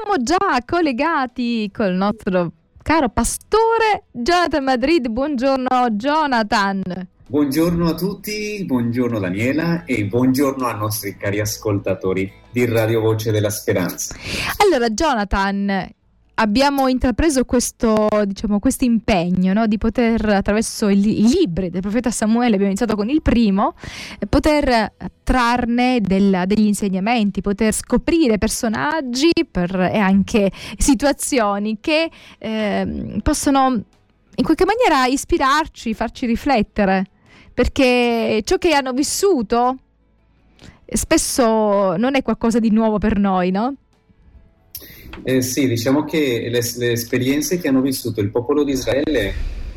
siamo già collegati col nostro caro pastore Jonathan Madrid. Buongiorno Jonathan. Buongiorno a tutti, buongiorno Daniela e buongiorno ai nostri cari ascoltatori di Radio Voce della Speranza. Allora Jonathan, abbiamo intrapreso questo impegno, no? Di poter, attraverso i libri del profeta Samuele, abbiamo iniziato con il primo, poter trarne degli insegnamenti, poter scoprire personaggi e anche situazioni che possono in qualche maniera ispirarci, farci riflettere, perché ciò che hanno vissuto spesso non è qualcosa di nuovo per noi, no? Sì, diciamo che le esperienze che hanno vissuto il popolo di Israele,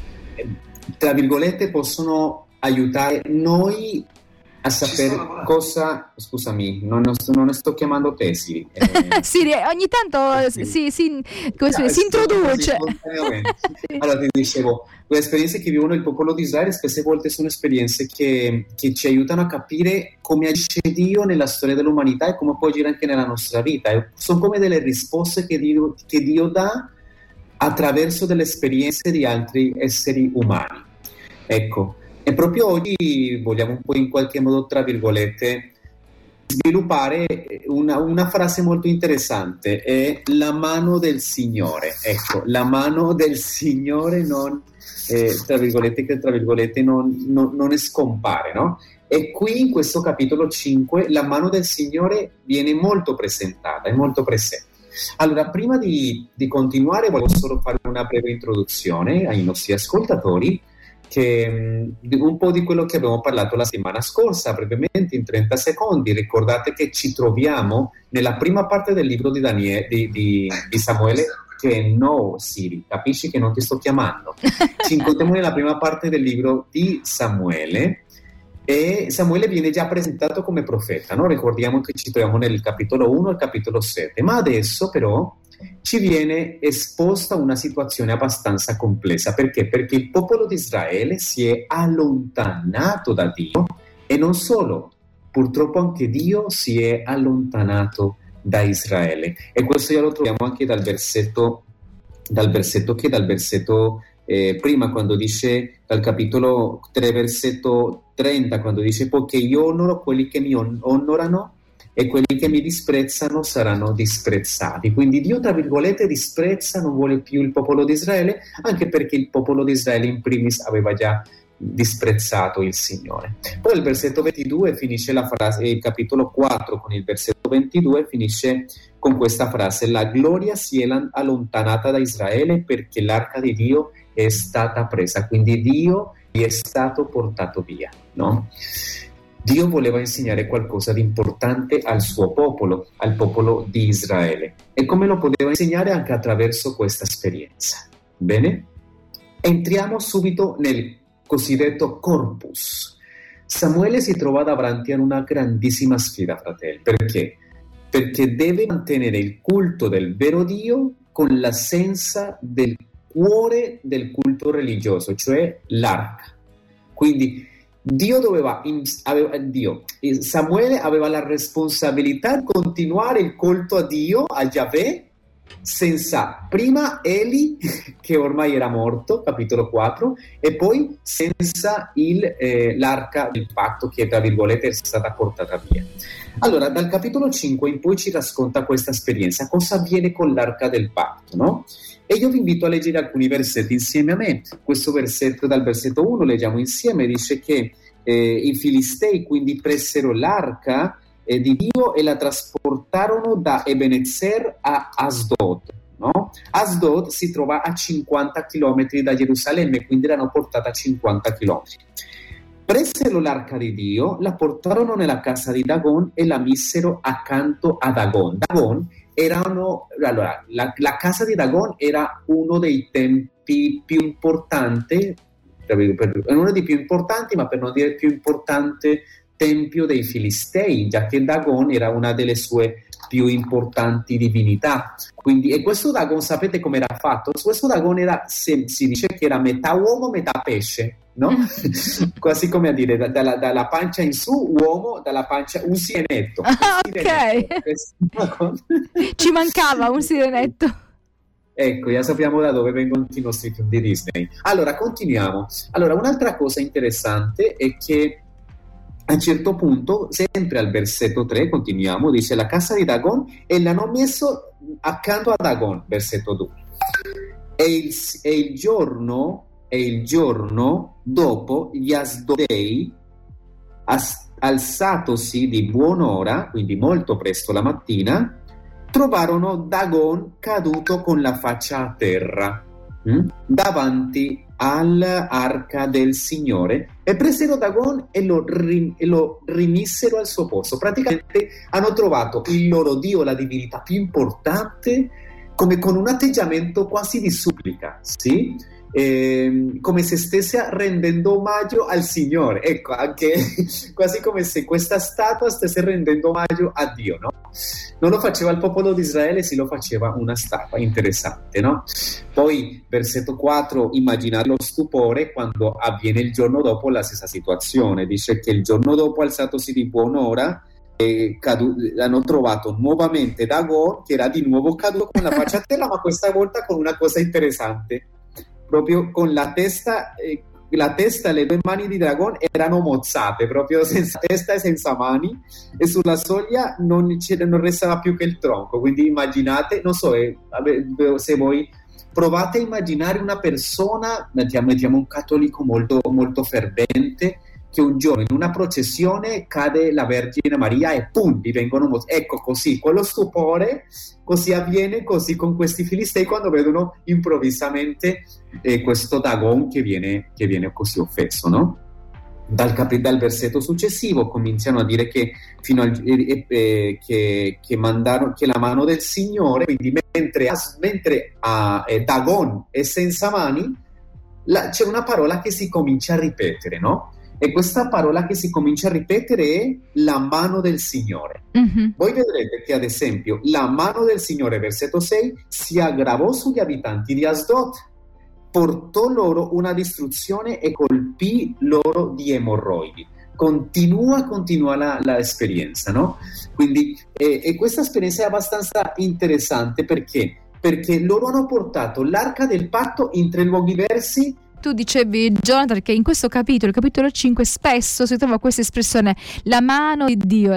tra virgolette, possono aiutare noi a sapere cosa... Scusami, non ne sto chiamando te, Siri. Sì, ogni tanto si introduce. Allora ti dicevo, le esperienze che vivono il popolo di Israele spesse volte sono esperienze che ci aiutano a capire come agisce Dio nella storia dell'umanità e come può agire anche nella nostra vita. E sono come delle risposte che Dio dà attraverso delle esperienze di altri esseri umani. Ecco. E proprio oggi vogliamo un po' in qualche modo, tra virgolette, sviluppare una frase molto interessante, è la mano del Signore. Ecco, la mano del Signore non, tra virgolette, non scompare, no? E qui in questo capitolo 5 la mano del Signore viene molto presentata, è molto presente. Allora, prima di continuare, voglio solo fare una breve introduzione ai nostri ascoltatori, che un po' di quello che abbiamo parlato la settimana scorsa, brevemente in 30 secondi. Ricordate che ci troviamo nella prima parte del libro di Samuele, che no, Siri, capisci che non ti sto chiamando. Ci incontriamo nella prima parte del libro di Samuele e Samuele viene già presentato come profeta, no? Ricordiamo che ci troviamo nel capitolo 1 e capitolo 7, ma adesso però ci viene esposta una situazione abbastanza complessa. Perché? Perché il popolo di Israele si è allontanato da Dio e non solo, purtroppo anche Dio si è allontanato da Israele. E questo ya lo troviamo anche dal versetto prima, quando dice, dal capitolo 3 versetto 30, quando dice: poiché io onoro quelli che mi onorano e quelli che mi disprezzano saranno disprezzati. Quindi Dio, tra virgolette, disprezza, non vuole più il popolo di Israele, anche perché il popolo di Israele in primis aveva già disprezzato il Signore. Poi il versetto 22 finisce la frase, il capitolo 4 con il versetto 22 finisce con questa frase: la gloria si è allontanata da Israele perché l'arca di Dio è stata presa. Quindi Dio gli è stato portato via, no? Dio voleva insegnare qualcosa di importante al suo popolo, al popolo di Israele. E come lo poteva insegnare? Anche attraverso questa esperienza. Bene? Entriamo subito nel cosiddetto corpus. Samuele si trova davanti a una grandissima sfida, fratelli. Perché? Perché deve mantenere il culto del vero Dio con l'assenza del cuore del culto religioso, cioè l'arca. Quindi Samuele aveva la responsabilità di continuare il culto a Dio, a Yahweh, senza prima Eli, che ormai era morto, capitolo 4, e poi senza l'arca del patto, che tra virgolette è stata portata via. Allora, dal capitolo 5 in poi ci racconta questa esperienza, cosa avviene con l'arca del patto, no? E io vi invito a leggere alcuni versetti insieme a me. Questo versetto, dal versetto 1 leggiamo insieme, dice che i Filistei quindi presero l'arca di Dio e la trasportarono da Ebenezer a Asdod, no? Asdod si trova a 50 chilometri da Gerusalemme, quindi l'hanno portata a 50 chilometri. Presero l'arca di Dio, la portarono nella casa di Dagon e la misero accanto a Dagon. La casa di Dagon era uno dei tempi più importanti, uno dei più importanti, ma per non dire più importante, tempio dei Filistei, già che Dagon era una delle sue più importanti divinità. Quindi, e questo Dagon sapete come era fatto? Questo Dagon era, si dice che era metà uomo, metà pesce, no? Quasi come a dire, dalla pancia in su, uomo, dalla pancia un sirenetto. Ok. Ci mancava un sirenetto. Ecco, già sappiamo da dove vengono i nostri film di Disney. Allora, continuiamo. Allora, un'altra cosa interessante è che a un certo punto, sempre al versetto 3, continuiamo, dice la casa di Dagon e l'hanno messo accanto a Dagon, versetto 2. E il giorno dopo gli Asdodei, alzatosi di buon'ora, quindi molto presto la mattina, trovarono Dagon caduto con la faccia a terra davanti all'arca del Signore, e presero Dagon e lo rimissero al suo posto. Praticamente hanno trovato il loro Dio, la divinità più importante, come con un atteggiamento quasi di supplica, sì? Come se stesse rendendo omaggio al Signore, ecco, anche quasi come se questa statua stesse rendendo omaggio a Dio, no? Non lo faceva il popolo di Israele, si lo faceva una statua. Interessante, no? Poi versetto 4, immaginare lo stupore quando avviene il giorno dopo la stessa situazione. Dice che il giorno dopo, alzatosi di buon'ora, hanno trovato nuovamente Dagon, che era di nuovo caduto con la faccia a terra, ma questa volta con una cosa interessante, proprio con la testa e le due mani di Dagon erano mozzate, proprio senza testa e senza mani, e sulla soglia non restava più che il tronco. Quindi immaginate, non so se voi provate a immaginare una persona, mettiamo un cattolico molto, molto fervente, che un giorno in una processione cade la Vergine Maria e pum, gli vengono ecco, così, quello stupore, così avviene così con questi filistei quando vedono improvvisamente questo Dagon che viene così offeso, no? Dal versetto successivo cominciano a dire che fino al che mandarono, che la mano del Signore, quindi mentre Dagon è senza mani, c'è una parola che si comincia a ripetere, no? E questa parola che si comincia a ripetere è la mano del Signore. Mm-hmm. Voi vedrete che, ad esempio, la mano del Signore, versetto 6, si aggravò sugli abitanti di Asdod, portò loro una distruzione e colpì loro di emorroidi. Continua la esperienza, no? Quindi e questa esperienza è abbastanza interessante perché loro hanno portato l'arca del patto in 3 luoghi diversi. Tu dicevi, Jonathan, che in questo capitolo, il capitolo 5, spesso si trova questa espressione, la mano di Dio,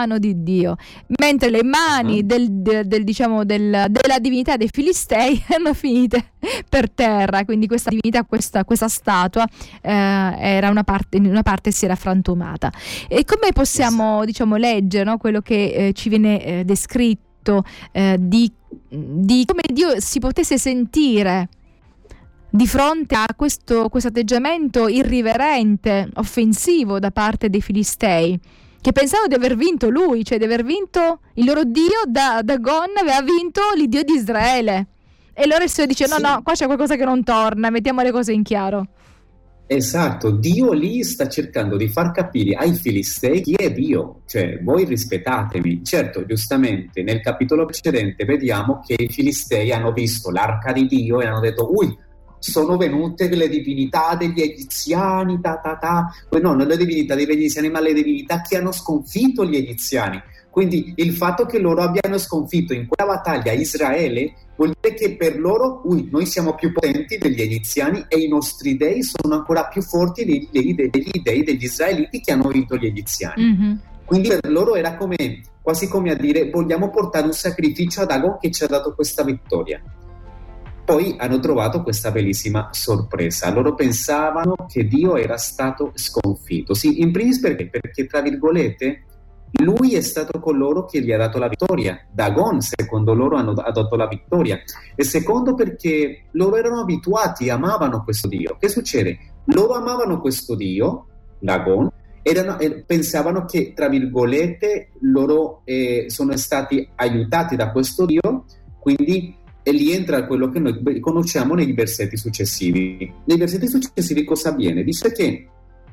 mentre le mani della divinità dei Filistei erano finite per terra, quindi questa divinità, questa statua era in una parte si era frantumata. E come possiamo, leggere, no, quello che ci viene descritto di come Dio si potesse sentire di fronte a questo atteggiamento irriverente, offensivo da parte dei Filistei, che pensavano di aver vinto lui, cioè di aver vinto il loro Dio. Dagon aveva vinto l'Iddio di Israele, e loro si dice no, qua c'è qualcosa che non torna, mettiamo le cose in chiaro. Esatto, Dio lì sta cercando di far capire ai Filistei chi è Dio, cioè voi rispettatemi. Certo, giustamente nel capitolo precedente vediamo che i Filistei hanno visto l'arca di Dio e hanno detto sono venute le divinità degli egiziani, no, non le divinità degli egiziani, ma le divinità che hanno sconfitto gli egiziani. Quindi il fatto che loro abbiano sconfitto in quella battaglia Israele vuol dire che per loro noi siamo più potenti degli egiziani e i nostri dei sono ancora più forti degli dei degli israeliti che hanno vinto gli egiziani. Mm-hmm. Quindi per loro era quasi come a dire: vogliamo portare un sacrificio a Dagon che ci ha dato questa vittoria. Poi hanno trovato questa bellissima sorpresa. Loro pensavano che Dio era stato sconfitto. Sì, in primis perché tra virgolette lui è stato coloro che gli ha dato la vittoria. Dagon, secondo loro, ha dato la vittoria. E secondo perché loro erano abituati, amavano questo Dio. Che succede? Loro amavano questo Dio, Dagon, pensavano che, tra virgolette, loro sono stati aiutati da questo Dio, quindi e lì entra quello che noi conosciamo nei versetti successivi. Nei versetti successivi cosa avviene? Dice che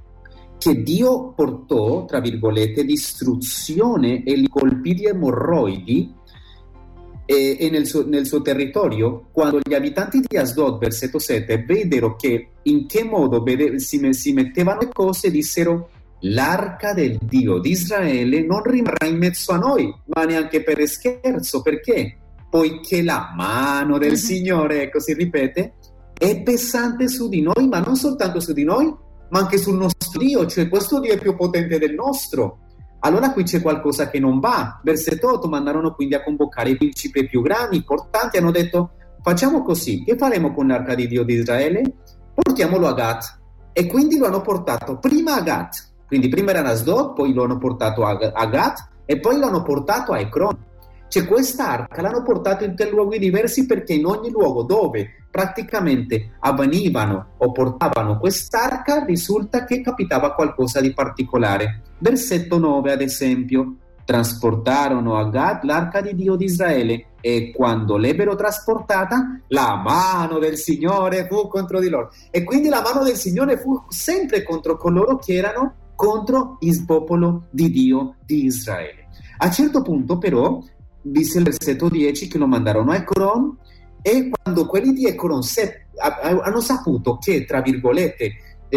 Dio portò, tra virgolette, distruzione e li colpì di emorroidi e nel suo territorio, quando gli abitanti di Asdod, versetto 7, videro che in che modo si mettevano le cose, dissero: l'arca del Dio di Israele non rimarrà in mezzo a noi, ma neanche per scherzo. Perché? Poiché la mano del Signore, ecco, si ripete, è pesante su di noi, ma non soltanto su di noi, ma anche sul nostro Dio, cioè questo Dio è più potente del nostro. Allora qui c'è qualcosa che non va. Versetto 8, mandarono quindi a convocare i principi più grandi, importanti, hanno detto: facciamo così, che faremo con l'arca di Dio di Israele? Portiamolo a Gat. E quindi lo hanno portato prima a Gat, quindi prima era Asdod, poi lo hanno portato a Gat e poi l'hanno portato a Ekron. Cioè questa arca l'hanno portato in 3 luoghi diversi, perché in ogni luogo dove praticamente avvenivano o portavano quest'arca risulta che capitava qualcosa di particolare. Versetto 9, ad esempio: trasportarono a Gad l'arca di Dio di Israele, e quando l'ebbero trasportata, la mano del Signore fu contro di loro. E quindi la mano del Signore fu sempre contro coloro che erano contro il popolo di Dio di Israele. A un certo punto però dice il versetto 10 che lo mandarono a Ekron, e quando quelli di Ekron hanno saputo che tra virgolette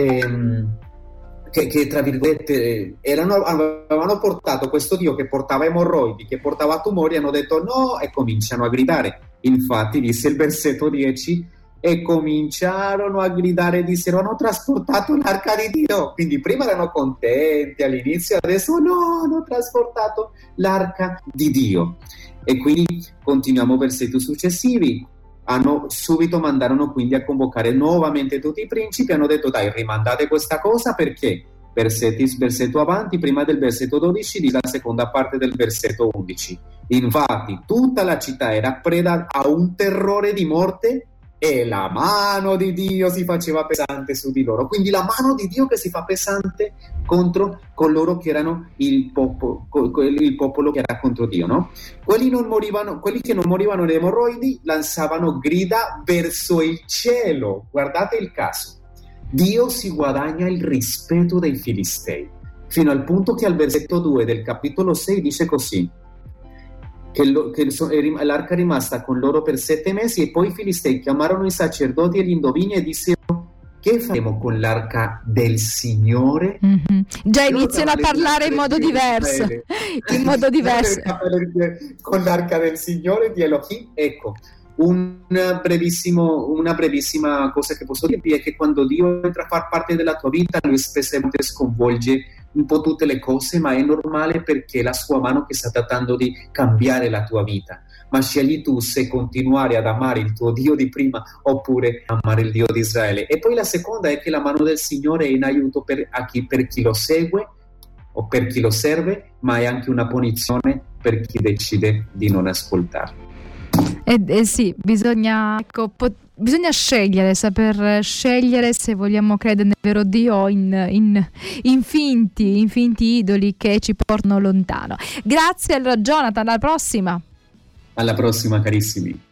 avevano portato questo Dio che portava emorroidi, che portava tumori, hanno detto no, e cominciano a gridare. Infatti dice il versetto 10: e cominciarono a gridare, dissero: hanno trasportato l'arca di Dio. Quindi prima erano contenti all'inizio, adesso no, hanno trasportato l'arca di Dio. E quindi continuiamo versetti successivi. Subito mandarono quindi a convocare nuovamente tutti i principi, hanno detto: dai, rimandate questa cosa, perché versetto avanti, prima del versetto 12 di la seconda parte del versetto 11. Infatti tutta la città era preda a un terrore di morte, e la mano di Dio si faceva pesante su di loro. Quindi la mano di Dio che si fa pesante contro coloro che erano il popolo che era contro Dio, no? Quelli che non morivano di emorroidi lanciavano grida verso il cielo. Guardate il caso. Dio si guadagna il rispetto dei filistei, fino al punto che al versetto 2 del capitolo 6 dice così: che l'arca è rimasta con loro per 7 mesi, e poi i filistei chiamarono i sacerdoti e gli indovini e dissero: che faremo con l'arca del Signore? Già iniziano a parlare in modo diverso. In modo diverso. Con l'arca del Signore di Elohim. Ecco, una brevissima cosa che posso dirvi è che quando Dio entra a far parte della tua vita, Lui spesso sconvolge un po' tutte le cose, ma è normale, perché è la sua mano che sta trattando di cambiare la tua vita. Ma scegli tu se continuare ad amare il tuo Dio di prima oppure amare il Dio di Israele. E poi la seconda è che la mano del Signore è in aiuto per chi lo segue o per chi lo serve, ma è anche una punizione per chi decide di non ascoltarlo. Sì, bisogna scegliere, saper scegliere se vogliamo credere nel vero Dio o in finti idoli che ci portano lontano. Grazie allora Jonathan, alla prossima. Alla prossima carissimi.